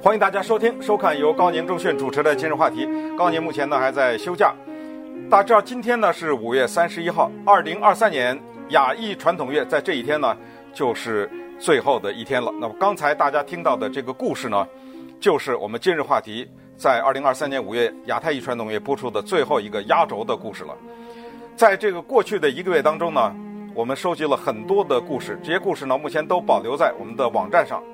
欢迎大家收听收看由高宁、周迅主持的今日话题。高宁目前呢还在休假。大家知道今天呢是5月31号，2023年亚裔传统月，在这一天呢就是最后的一天了。那么刚才大家听到的这个故事呢，就是我们今日话题在2023年5月亚太裔传统月播出的最后一个压轴的故事了。在这个过去的1个月当中呢，我们收集了很多的故事，这些故事呢目前都保留在我们的网站上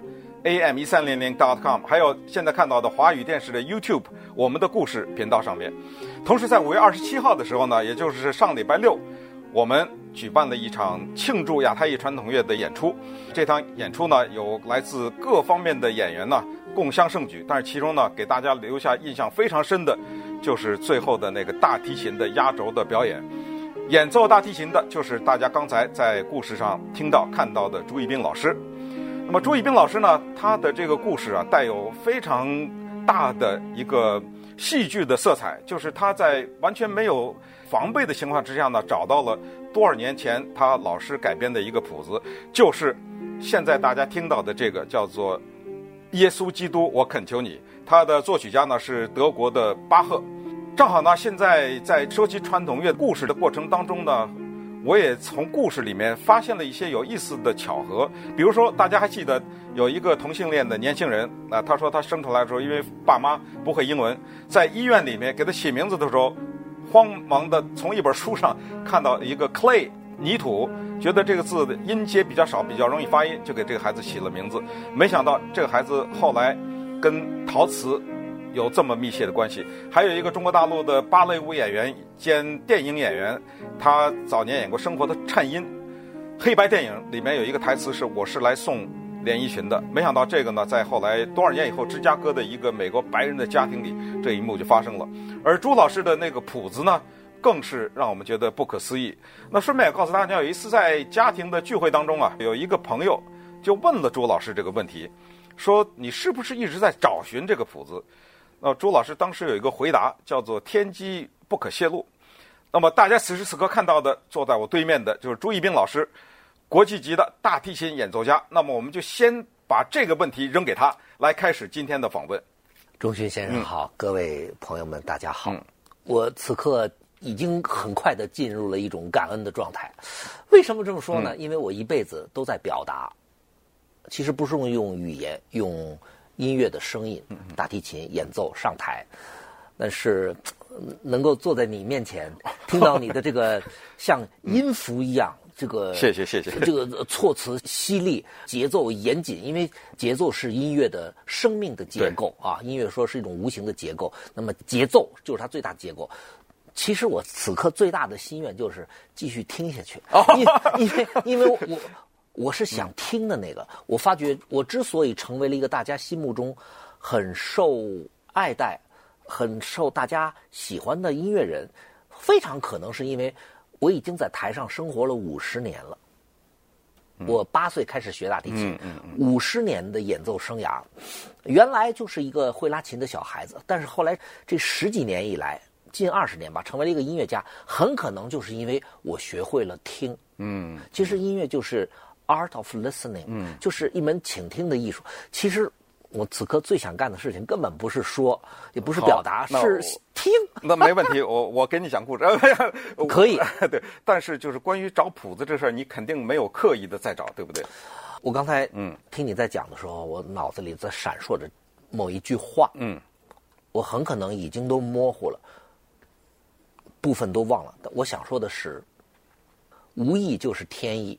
am1300.com， 还有现在看到的华语电视的 YouTube 我们的故事频道上面。同时在5月27号的时候呢，也就是上礼拜六，我们举办了一场庆祝亚太裔传统月的演出。这场演出呢有来自各方面的演员呢共襄盛举，但是其中呢给大家留下印象非常深的就是最后的那个大提琴的压轴的表演。演奏大提琴的就是大家刚才在故事上听到看到的朱一冰老师。那么朱一冰老师呢，他的这个故事啊带有非常大的一个戏剧的色彩，就是他在完全没有防备的情况之下呢，找到了多少年前他老师改编的一个谱子，就是现在大家听到的这个叫做《耶稣基督我恳求你》，他的作曲家呢是德国的巴赫。正好呢现在在收集传统乐故事的过程当中呢，我也从故事里面发现了一些有意思的巧合。比如说大家还记得有一个同性恋的年轻人啊，他说他生出来的时候因为爸妈不会英文，在医院里面给他起名字的时候，慌忙的从一本书上看到一个 clay 泥土，觉得这个字的音节比较少，比较容易发音，就给这个孩子起了名字。没想到这个孩子后来跟陶瓷有这么密切的关系。还有一个中国大陆的芭蕾舞演员兼电影演员，他早年演过《生活的颤音》，黑白电影里面有一个台词是我是来送连衣裙的。没想到这个呢在后来多少年以后，芝加哥的一个美国白人的家庭里这一幕就发生了。而朱老师的那个谱子呢更是让我们觉得不可思议。那顺便也告诉大家，有一次在家庭的聚会当中啊，有一个朋友就问了朱老师这个问题，说你是不是一直在找寻这个谱子？朱老师当时有一个回答叫做天机不可泄露。那么大家此时此刻看到的坐在我对面的就是朱一冰老师，国际级的大提琴演奏家。那么我们就先把这个问题扔给他，来开始今天的访问。 钟勋先生好，各位朋友们大家好。我此刻已经很快的进入了一种感恩的状态。为什么这么说呢？因为我一辈子都在表达，其实不是用语言，用音乐的声音，大提琴演奏上台，但是能够坐在你面前，听到你的这个像音符一样，这个谢谢这个措辞犀利，节奏严谨，因为节奏是音乐的生命的结构啊，音乐说是一种无形的结构，那么节奏就是它最大结构。其实我此刻最大的心愿就是继续听下去，因为我是想听的那个。我发觉我之所以成为了一个大家心目中很受爱戴、很受大家喜欢的音乐人，非常可能是因为我已经在台上生活了50年了。我8岁开始学大提琴，50年的演奏生涯，原来就是一个会拉琴的小孩子，但是后来这10几年以来，近20年吧，成为了一个音乐家，很可能就是因为我学会了听。其实音乐就是Art of listening，就是一门倾听的艺术。其实我此刻最想干的事情根本不是说，也不是表达，是听。 那没问题，我给你讲故事， 可以。 对，但是就是关于找谱子这事儿，你肯定没有刻意的在找，对不对？ 我刚才听你在讲的时候，我脑子里在闪烁着某一句话，我很可能已经都模糊了，部分都忘了。我想说的是，无意就是天意。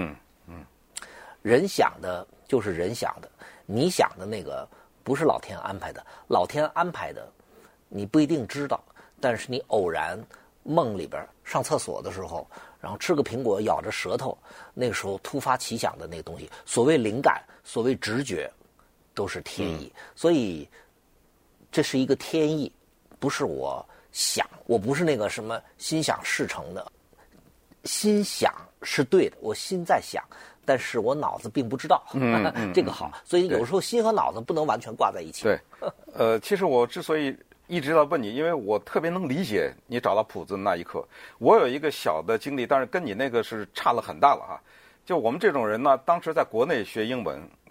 人想的就是人想的，你想的那个不是老天安排的，老天安排的你不一定知道，但是你偶然梦里边上厕所的时候，然后吃个苹果咬着舌头，那个时候突发奇想的那个东西，所谓灵感，所谓直觉，都是天意。所以这是一个天意，不是我想，我不是那个什么心想事成的，心想是对的，我心在想，但是我脑子并不知道，这个好，所以有时候心和脑子不能完全挂在一起。 对，其实我之所以一直在问你，因为我特别能理解你找到谱子的那一刻。我有一个小的经历，但是跟你那个是差了很大了哈。就我们这种人呢，当时在国内学英文，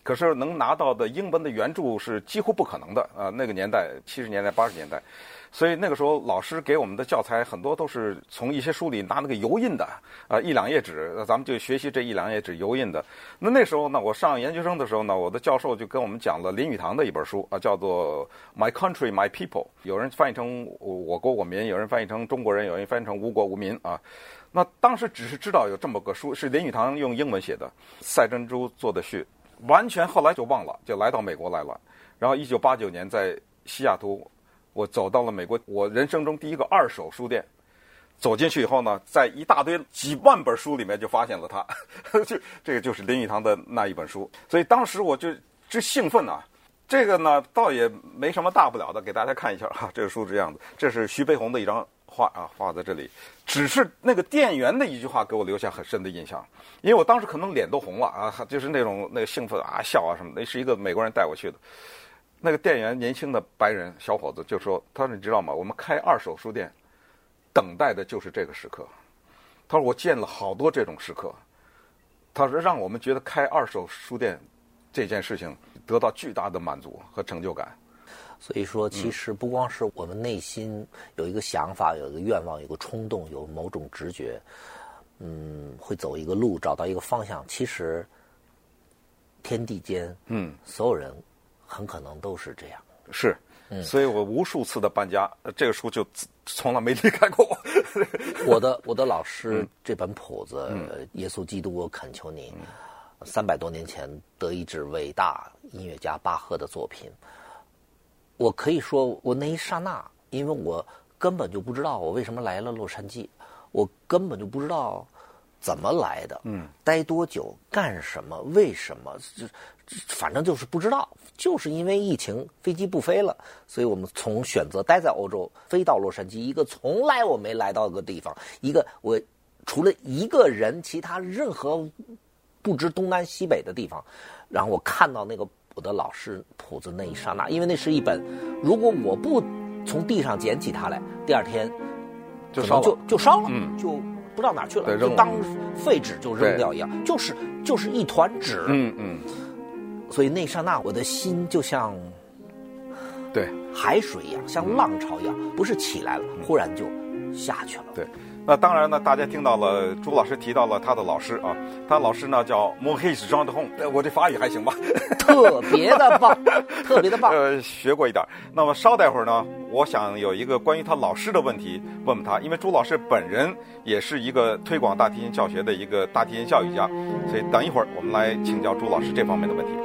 可是能拿到的英文的原著是几乎不可能的啊。那个年代70年代80年代，所以那个时候老师给我们的教材很多都是从一些书里拿那个油印的1-2页纸，咱们就学习这1-2页纸油印的。那时候呢，我上研究生的时候呢，我的教授就跟我们讲了林语堂的一本书啊，叫做《My Country, My People》，有人翻译成我国我民，有人翻译成中国人，有人翻译成无国无民啊。那当时只是知道有这么个书，是林语堂用英文写的，赛珍珠做的序。完全后来就忘了，就来到美国来了。然后1989年在西雅图，我走到了美国，我人生中第一个2手书店。走进去以后呢，在一大堆几万本书里面就发现了它，这个就是林语堂的那一本书。所以当时我就之兴奋啊。这个呢倒也没什么大不了的，给大家看一下啊，这个书是这样子，这是徐悲鸿的一张画啊，画在这里。只是那个店员的一句话给我留下很深的印象，因为我当时可能脸都红了啊，就是那个兴奋啊笑啊什么的。那是一个美国人带我去的，那个店员年轻的白人小伙子就说，他说你知道吗，我们开2手书店等待的就是这个时刻。他说我见了好多这种时刻，他说让我们觉得开2手书店这件事情得到巨大的满足和成就感。 所以说，其实不光是我们内心有一个想法、有一个愿望、有个冲动、有某种直觉，会走一个路，找到一个方向。其实，天地间，所有人很可能都是这样。 是，所以我无数次的搬家，这个书就从来没离开过我。 我的老师这本谱子，耶稣基督，我恳求你，300多年前德意志伟大音乐家巴赫的作品。我可以说，我那一刹那，因为我根本就不知道我为什么来了洛杉矶，我根本就不知道怎么来的，待多久，干什么，为什么，反正就是不知道。就是因为疫情，飞机不飞了，所以我们从选择待在欧洲，飞到洛杉矶，一个从来我没来到的地方，一个我除了一个人，其他任何不知东南西北的地方，然后我看到那个我的老师谱子那一刹那，因为那是一本，如果我不从地上捡起它来，第2天就烧了， 就烧了，就不知道哪去了，就当废纸就扔掉一样，就是一团纸。所以那一刹那，我的心就像对海水一样，像浪潮一样，不是起来了，忽然就下去了。 对。那当然呢，大家听到了朱老师提到了他的老师啊，他老师呢叫 Maurice Jean de Hong， 我这法语还行吧？ 特别的棒，特别的棒。 学过一点。那么稍待会儿呢，我想有一个关于他老师的问题问问他，因为朱老师本人也是一个推广大提琴教学的一个大提琴教育家，所以等一会儿我们来请教朱老师这方面的问题。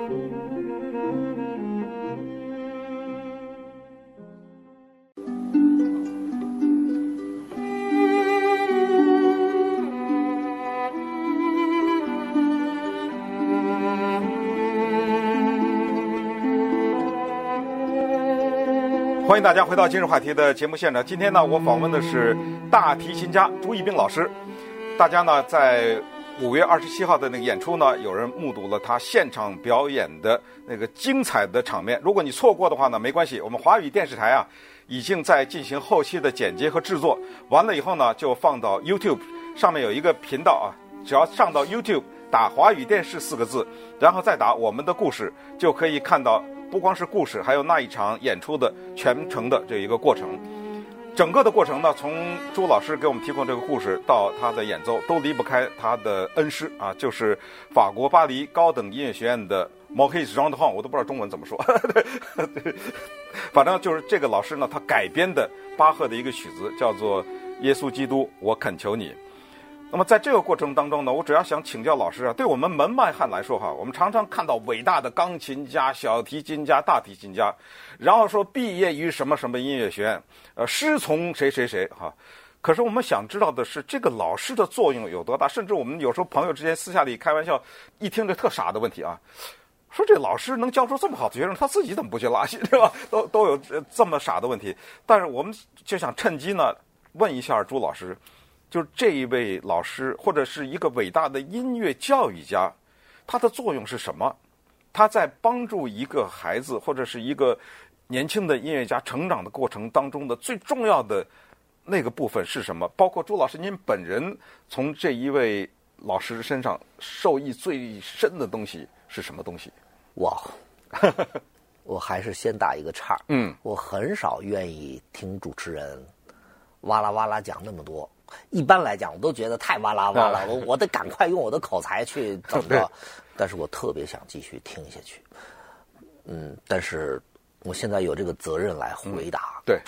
欢迎大家回到今日话题的节目现场。今天呢，我访问的是大提琴家朱一冰老师。大家呢，在5月27号的那个演出呢，有人目睹了他现场表演的那个精彩的场面。如果你错过的话呢，没关系，我们华语电视台啊，已经在进行后期的剪接和制作。完了以后呢，就放到 YouTube 上面有一个频道啊，只要上到 YouTube 打华语电视4个字，然后再打我们的故事，就可以看到不光是故事，还有那一场演出的全程的这一个过程。整个的过程呢，从朱老师给我们提供这个故事到他的演奏，都离不开他的恩师啊，就是法国巴黎高等音乐学院的 Maurice Jean de Hong， 我都不知道中文怎么说反正就是这个老师呢，他改编的巴赫的一个曲子叫做《耶稣基督，我恳求你》。那么在这个过程当中呢，我主要想请教老师啊，对我们门外汉来说哈，我们常常看到伟大的钢琴家、小提琴家、大提琴家，然后说毕业于什么什么音乐学院，师从谁谁谁哈。可是我们想知道的是，这个老师的作用有多大？甚至我们有时候朋友之间私下里开玩笑，一听这特傻的问题啊，说这老师能教出这么好的学生，他自己怎么不去拉戏，对吧？都有这么傻的问题。但是我们就想趁机呢，问一下朱老师。就是这一位老师或者是一个伟大的音乐教育家，他的作用是什么？他在帮助一个孩子或者是一个年轻的音乐家成长的过程当中的最重要的那个部分是什么？包括朱老师您本人从这一位老师身上受益最深的东西是什么东西？ 我还是先打一个岔。我很少愿意听主持人哇啦哇啦讲那么多。一般来讲，我都觉得太哇啦哇啦，我得赶快用我的口才去怎么着。但是我特别想继续听下去。但是我现在有这个责任来回答。 对，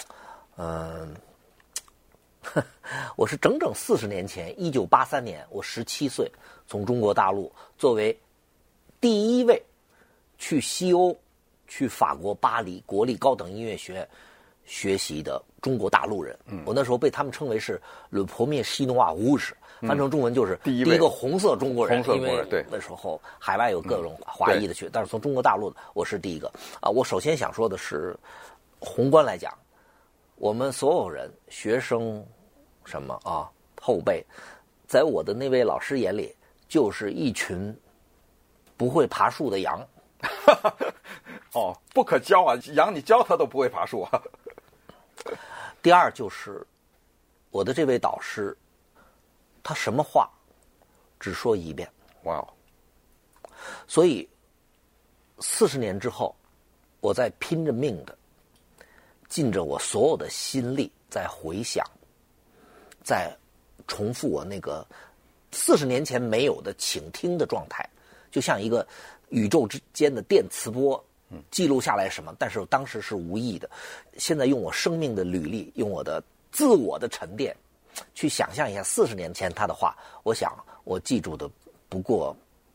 我是整整40年前，1983年，我17岁，从中国大陆作为第一位去西欧、去法国巴黎国立高等音乐学院学习的中国大陆人。我那时候被他们称为是 Le Premier Chinois Rouge，翻成中文就是第一个红色中国人。因为那时候海外有各种华裔的去，但是从中国大陆的我是第一个。我首先想说的是，宏观来讲，我们所有人，学生什么后辈，在我的那位老师眼里，就是一群不会爬树的羊。 不可教啊！羊你教他都不会爬树啊。 第二就是我的这位导师，他什么话只说一遍。 哇！ 所以40年之后，我在拼着命的，尽着我所有的心力，在回想，在重复我那个40年前没有的倾听的状态，就像一个宇宙之间的电磁波，记录下来什么，但是当时是无意的。现在用我生命的履历，用我的自我的沉淀，去想象一下40年前他的话，我想我记住的不过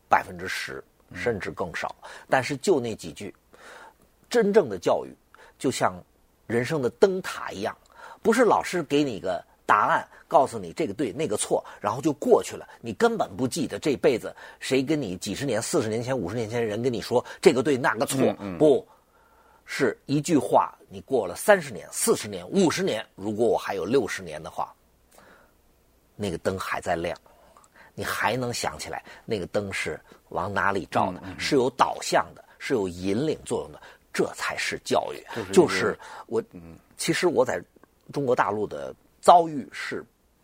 10%，甚至更少。但是就那几句，真正的教育就像人生的灯塔一样，不是老师给你个答案，告诉你这个对那个错，然后就过去了，你根本不记得这辈子谁跟你几十年、40年前、50年前的人跟你说这个对那个错。不是一句话，你过了30年、40年、50年，如果我还有60年的话，那个灯还在亮，你还能想起来那个灯是往哪里照的，是有导向的，是有引领作用的，这才是教育。就是我，其实我在中国大陆的遭遇是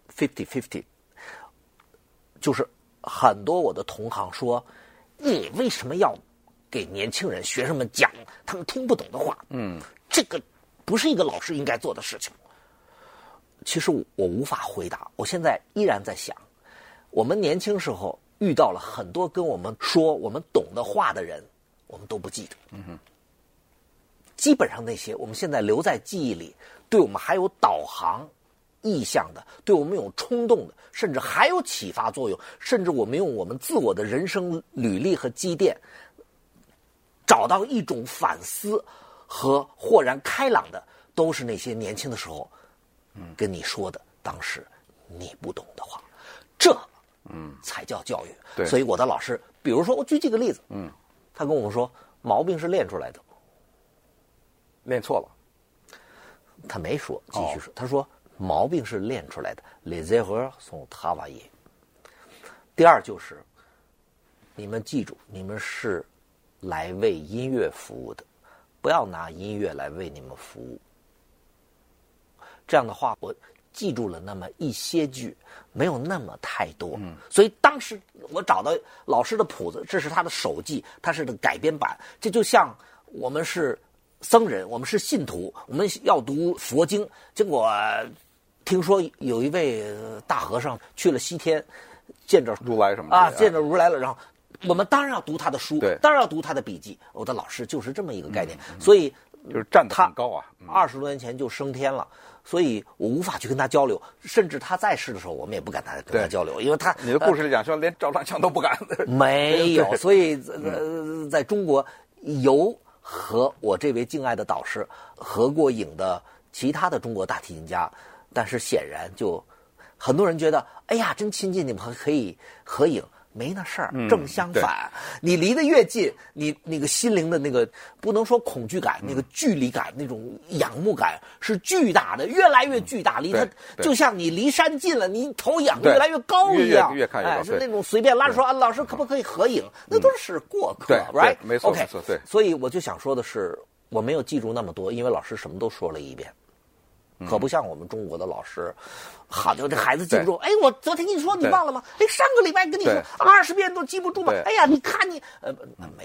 50-50， 就是很多我的同行说，你为什么要给年轻人学生们讲他们听不懂的话？这个不是一个老师应该做的事情。其实我无法回答，我现在依然在想，我们年轻时候遇到了很多跟我们说我们懂的话的人，我们都不记得。基本上那些我们现在留在记忆里，对我们还有导航意向的，对我们有冲动的，甚至还有启发作用，甚至我们用我们自我的人生履历和积淀，找到一种反思和豁然开朗的，都是那些年轻的时候跟你说的当时你不懂的话。这才叫教育。所以我的老师，比如说我举几个例子，他跟我们说毛病是练出来的。 练错了， 他没说，继续说，他说毛病是练出来的。Les erreurs sont travaillées。第二就是，你们记住，你们是来为音乐服务的，不要拿音乐来为你们服务。这样的话，我记住了那么一些句，没有那么太多。所以当时我找到老师的谱子，这是他的手记，他是的改编版。这就像我们是僧人，我们是信徒，我们要读佛经。结果听说有一位大和尚去了西天，见着如来什么的见着如来了，然后我们当然要读他的书， 对， 当然要读他的笔记。我的老师就是这么一个概念，所以就是站得很高啊。 20多年前就升天了，所以我无法去跟他交流，甚至他在世的时候，我们也不敢跟他交流，因为他你的故事里讲说连照张相都不敢。 没有，所以在中国有和我这位敬爱的导师合过影的其他的中国大提琴家，但是显然就很多人觉得，哎呀，真亲近，你们可以合影。没那事儿，正相反，你离得越近，你那个心灵的那个不能说恐惧感，那个距离感，那种仰慕感是巨大的，越来越巨大，离它就像你离山近了，你头仰越来越高一样， 越看越高， 是那种随便拉着说老师可不可以合影，那都是过客，right？ 没错 ，OK， 对。 所以我就想说的是，我没有记住那么多，因为老师什么都说了一遍。可不像我们中国的老师，好的，这孩子记不住。哎，我昨天跟你说，你忘了吗？哎，上个礼拜跟你说20遍都记不住吗？哎呀，你看你，没那事。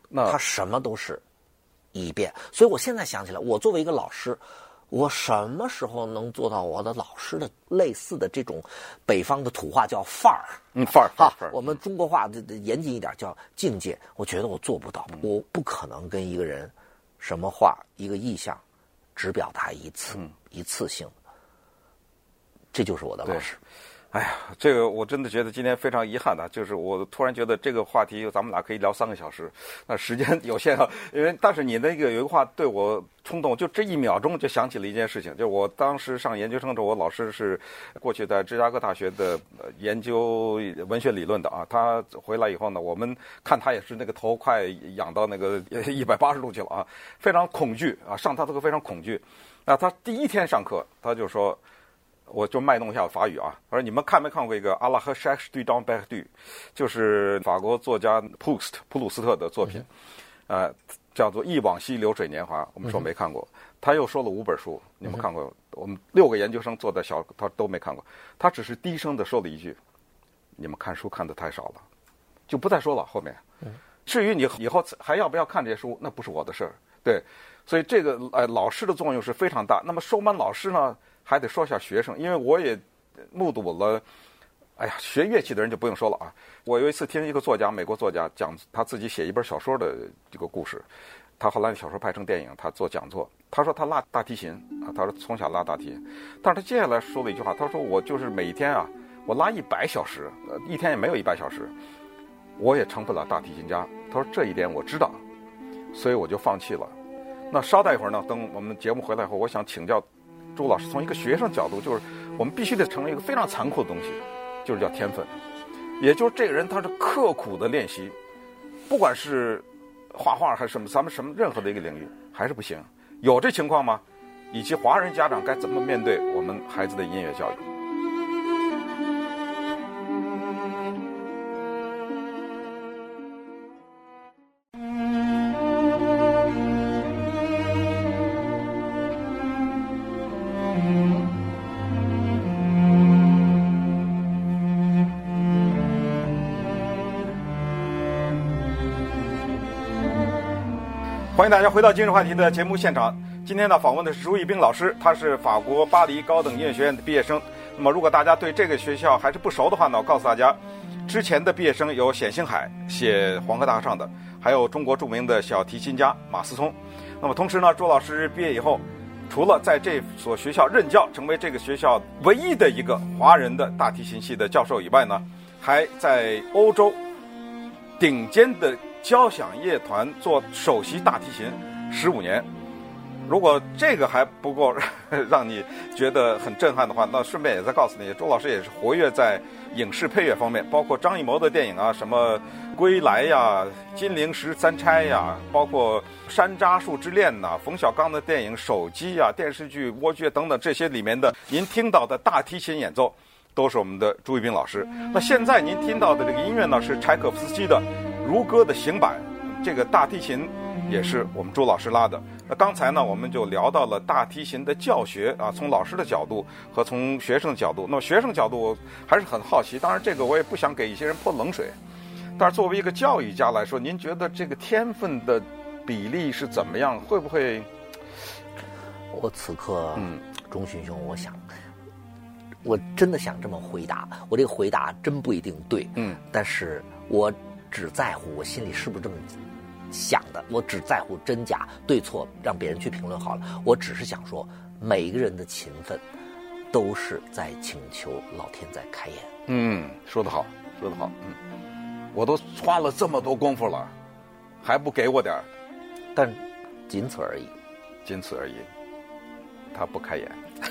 他什么都是一遍。所以我现在想起来，我作为一个老师，我什么时候能做到我的老师的类似的这种北方的土话叫范儿？ 范儿。 我们中国话的严谨一点叫境界。我觉得我做不到，我不可能跟一个人什么话一个意象只表达一次，一次性。这就是我的老师。 哎呀，这个我真的觉得今天非常遗憾的，就是我突然觉得这个话题咱们俩可以聊3个小时，那时间有限啊。因为但是你那个有一个话对我冲动，就这1秒钟就想起了一件事情，就我当时上研究生的时候，我老师是过去在芝加哥大学的研究文学理论的啊。他回来以后呢，我们看他也是那个头快仰到那个180度去了啊，非常恐惧啊，上他这个非常恐惧。那他第1天上课，他就说。我就卖弄一下法语啊，他说你们看没看过一个阿拉和沙克对当白对，就是法国作家普鲁斯特的作品，叫做《忆往昔流水年华》。我们说没看过，他又说了5本书，你们看过？我们6个研究生坐在他都没看过，他只是低声的说了一句：“你们看书看得太少了。”就不再说了。后面，至于你以后还要不要看这些书，那不是我的事儿。对，所以这个老师的作用是非常大。那么收班老师呢？还得说一下学生，因为我也目睹了，哎呀，学乐器的人就不用说了啊。我有一次听一个作家，美国作家讲他自己写一本小说的这个故事，他后来小说拍成电影，他做讲座，他说他拉大提琴啊，他说从小拉大提，但是他接下来说了一句话，他说我就是每天啊，我拉100小时，一天也没有100小时，我也成不了大提琴家。他说这一点我知道，所以我就放弃了。那稍待一会儿呢，等我们节目回来后，我想请教朱老师，从一个学生角度，就是我们必须得承认一个非常残酷的东西，就是叫天分。也就是这个人他是刻苦的练习，不管是画画还是什么，咱们什么任何的一个领域还是不行。有这情况吗？以及华人家长该怎么面对我们孩子的音乐教育？欢迎大家回到今日话题的节目现场。今天呢，访问的是朱一冰老师，他是法国巴黎高等音乐学院的毕业生。那么，如果大家对这个学校还是不熟的话呢，我告诉大家，之前的毕业生有冼星海写《黄河大合唱》的，还有中国著名的小提琴家马思聪。那么，同时呢，朱老师毕业以后，除了在这所学校任教，成为这个学校唯一的一个华人的大提琴系的教授以外呢，还在欧洲顶尖的交响乐团做首席大提琴15年。如果这个还不够让你觉得很震撼的话，那顺便也再告诉你，周老师也是活跃在影视配乐方面，包括张艺谋的电影啊，什么《归来》呀、《金陵十三钗》呀，包括《山楂树之恋》呐、冯小刚的电影《手机》呀、电视剧《蜗居》等等，这些里面的您听到的大提琴演奏都是我们的朱一冰老师。那现在您听到的这个音乐呢，是柴可夫斯基的《如歌》的行版，这个大提琴也是我们朱老师拉的。那刚才呢，我们就聊到了大提琴的教学啊，从老师的角度和从学生的角度。那么学生角度我还是很好奇，当然这个我也不想给一些人泼冷水，但是作为一个教育家来说，您觉得这个天分的比例是怎么样？会不会？ 我此刻，钟勋兄，我真的想这么回答，我这个回答真不一定对，但是我只在乎我心里是不是这么想的，我只在乎真假对错，让别人去评论好了。我只是想说，每一个人的勤奋都是在请求老天在开眼。 说得好，说得好。我都花了这么多功夫了，还不给我点儿？ 但仅此而已， 仅此而已。他不开眼。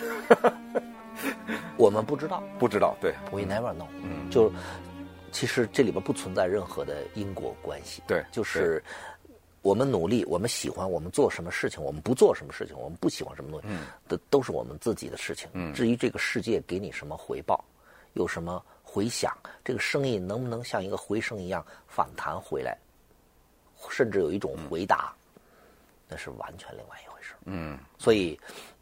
我们不知道， 对 ，We never know。就其实这里边不存在任何的因果关系。 对， 就是我们努力，我们喜欢，我们做什么事情，我们不做什么事情，我们不喜欢什么东西，都是我们自己的事情。至于这个世界给你什么回报，有什么回响，这个声音能不能像一个回声一样反弹回来，甚至有一种回答，那是完全另外一回事。所以，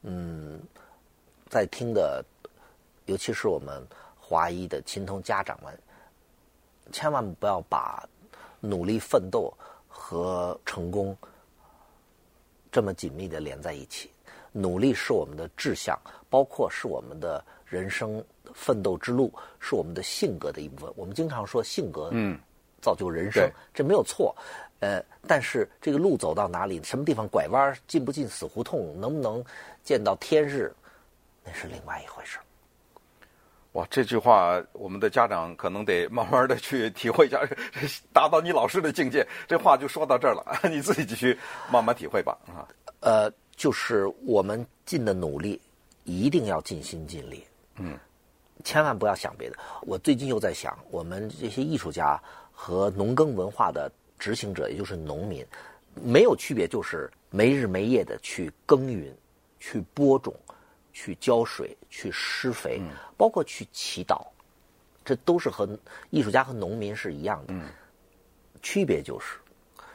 在听的，尤其是我们华裔的亲同家长们，千万不要把努力奋斗和成功这么紧密的连在一起。努力是我们的志向，包括是我们的人生奋斗之路，是我们的性格的一部分。我们经常说性格造就人生，这没有错。但是这个路走到哪里，什么地方拐弯，进不进死胡同，能不能见到天日，那是另外一回事。 哇，这句话我们的家长可能得慢慢的去体会一下，达到你老师的境界。这话就说到这儿了，你自己去慢慢体会吧。 就是我们尽的努力，一定要尽心尽力。千万不要想别的。我最近又在想，我们这些艺术家和农耕文化的执行者，也就是农民，没有区别，就是没日没夜的去耕耘，去播种，去浇水，去施肥，包括去祈祷，这都是和艺术家和农民是一样的。区别就是，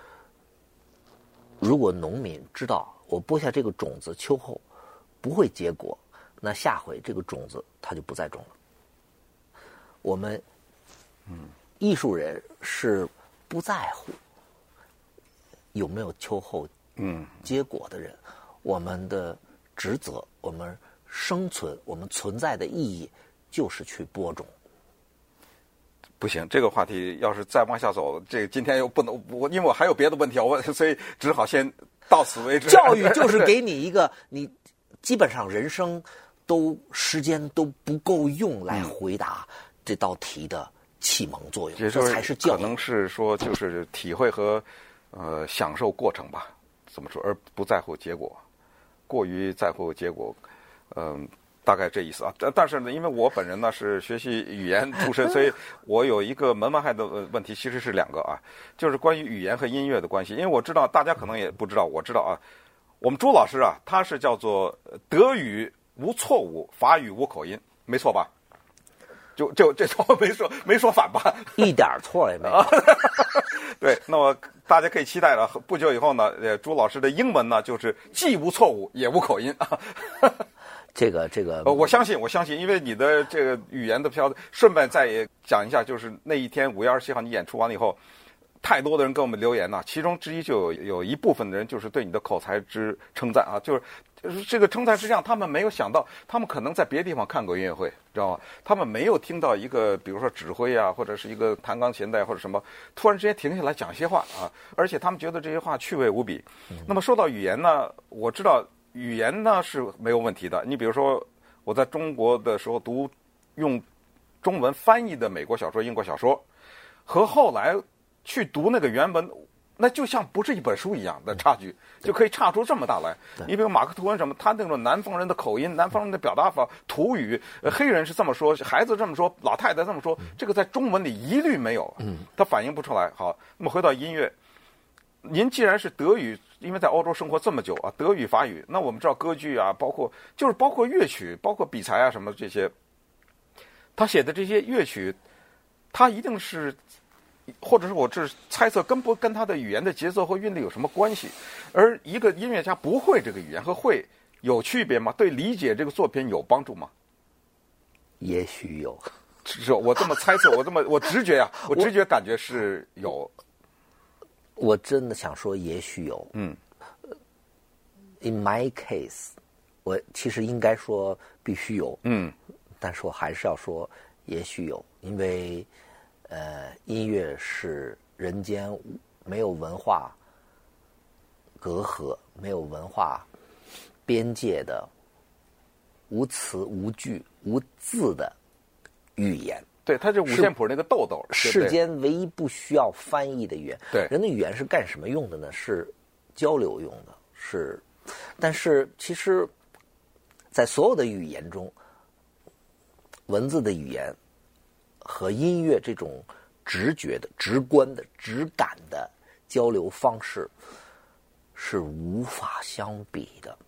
如果农民知道我播下这个种子，秋后不会结果，那下回这个种子它就不再种了。我们艺术人是不在乎有没有秋后结果的人。我们的职责，我们生存，我们存在的意义就是去播种。 不行，这个话题要是再往下走，这个今天又不能，因为我还有别的问题要问，所以只好先到此为止。 教育就是给你一个，你基本上人生时间都不够用来回答这道题的启蒙作用，这才是教育。 可能是说就是体会和享受过程吧，怎么说，而不在乎结果，过于在乎结果，大概这意思啊。但是呢，因为我本人呢是学习语言出身，所以我有一个门外汉的问题，其实是两个啊，就是关于语言和音乐的关系。因为我知道大家可能也不知道，我知道啊，我们朱老师啊，他是叫做德语无错误，法语无口音，没错吧？就这没说反吧？ 一点错也没有。 对，那么大家可以期待了，不久以后呢，朱老师的英文呢就是既无错误也无口音啊。 这个， 我相信，因为你的这个语言的飘，顺便再也讲一下，就是那一天5月27号你演出完了以后，太多的人给我们留言呐，其中之一就有一部分的人就是对你的口才之称赞啊，就是这个称赞是这样，他们没有想到，他们可能在别的地方看过音乐会，知道吗？他们没有听到一个比如说指挥啊，或者是一个弹钢琴的或者什么，突然之间停下来讲些话啊，而且他们觉得这些话趣味无比。那么说到语言呢，我知道语言呢是没有问题的。你比如说我在中国的时候读用中文翻译的美国小说、英国小说，和后来去读那个原文，那就像不是一本书一样的差距，就可以差出这么大来。你比如马克吐温什么，他那种南方人的口音、南方人的表达法、土语，黑人是这么说，孩子这么说，老太太这么说，这个在中文里一律没有，他反映不出来。好，那么回到音乐，您既然是德语，因为在欧洲生活这么久啊，德语、法语，那我们知道歌剧啊，包括乐曲，包括比才啊什么这些，他写的这些乐曲，他一定是。或者是我这猜测跟他的语言的节奏和韵律有什么关系？而一个音乐家不会这个语言和会有区别吗？对理解这个作品有帮助吗？ 也许有， 是我这么猜测，我直觉啊，我直觉感觉是有。 我真的想说，也许有。In my case， 我其实应该说必须有。但是我还是要说也许有，因为。音乐是人间没有文化隔阂、没有文化边界的无词无句无字的语言。 对，它是五线谱那个豆豆， 世间唯一不需要翻译的语言。 对， 人的语言是干什么用的呢？是交流用的。但是其实，在所有的语言中，文字的语言。和音乐这种直觉的、直观的、直感的交流方式是无法相比的。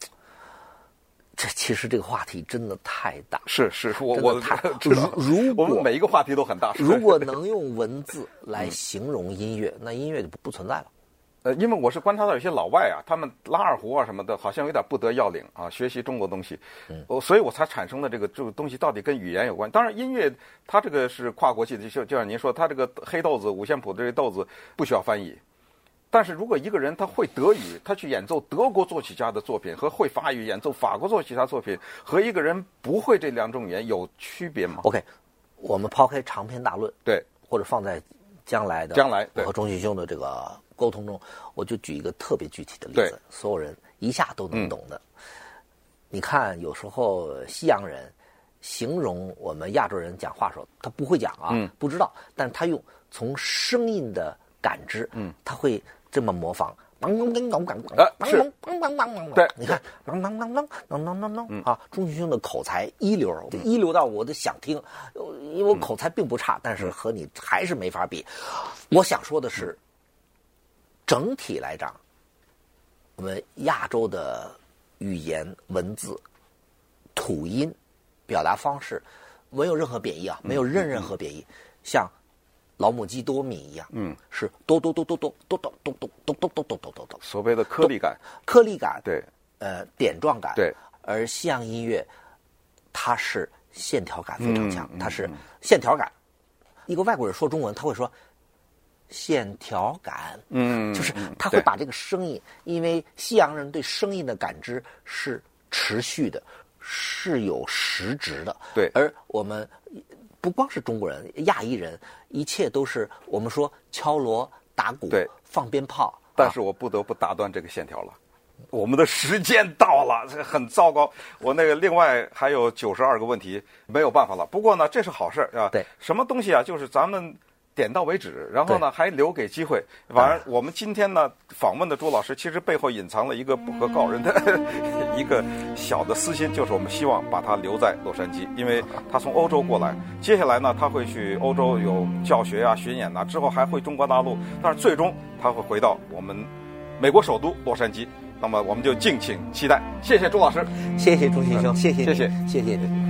其实这个话题真的太大， 是我知道，我们每一个话题都很大。 如果能用文字来形容音乐，那音乐就不存在了。 因为我是观察到有些老外啊，他们拉二胡啊什么的，好像有点不得要领啊，学习中国东西，所以我才产生了这个东西到底跟语言有关。当然，音乐它这个是跨国际的，就像您说，它这个黑豆子、五线谱的这些豆子不需要翻译， 但是如果一个人他会德语，他去演奏德国作曲家的作品，和会法语演奏法国作曲家作品，和一个人不会这两种语言有区别吗 ？OK， 我们抛开长篇大论， 对， 或者放在将来我和钟旭兄的这个沟通中，我就举一个特别具体的例子，所有人一下都能懂的。你看，有时候西洋人形容我们亚洲人讲话的时候，他不会讲啊，不知道，但是他用从声音的感知，他会这么模仿。 是，对， 你看，啊，钟旭兄的口才一流，一流到我都想听，因为我口才并不差，但是和你还是没法比。我想说的是，整体来讲，我们亚洲的语言文字、吐音、表达方式，没有任何贬义啊，没有任何贬义，像老母鸡多米一样，是哆哆哆哆哆哆哆哆哆哆哆哆哆哆哆哆， 所谓的颗粒感， 对，点状感， 对， 而西洋音乐它是线条感非常强，它是线条感。一个外国人说中文，他会说线条感，就是他会把这个声音，因为西洋人对声音的感知是持续的，是有实质的， 对， 而我们。不光是中国人，亚裔人，一切都是我们说敲锣打鼓、放鞭炮。 但是我不得不打断这个线条了，我们的时间到了，这很糟糕。我那个另外还有92个问题，没有办法了。不过呢，这是好事啊。 对， 什么东西啊？就是咱们点到为止，然后呢还留给机会。反正我们今天呢访问的朱老师，其实背后隐藏了一个不可告人的一个小的私心，就是我们希望把他留在洛杉矶，因为他从欧洲过来，接下来呢他会去欧洲有教学啊、巡演啊，之后还会中国大陆，但是最终他会回到我们美国首都洛杉矶。那么我们就敬请期待。谢谢朱老师， 谢谢钟先生，谢谢谢谢你。